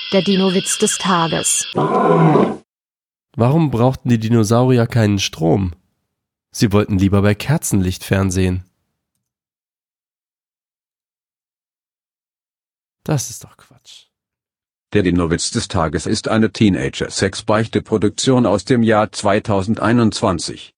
Der Dino-Witz des Tages. Warum brauchten die Dinosaurier keinen Strom? Sie wollten lieber bei Kerzenlicht fernsehen. Das ist doch Quatsch. Der Dino-Witz des Tages ist eine Teenager-Sex-Beichte-Produktion aus dem Jahr 2021.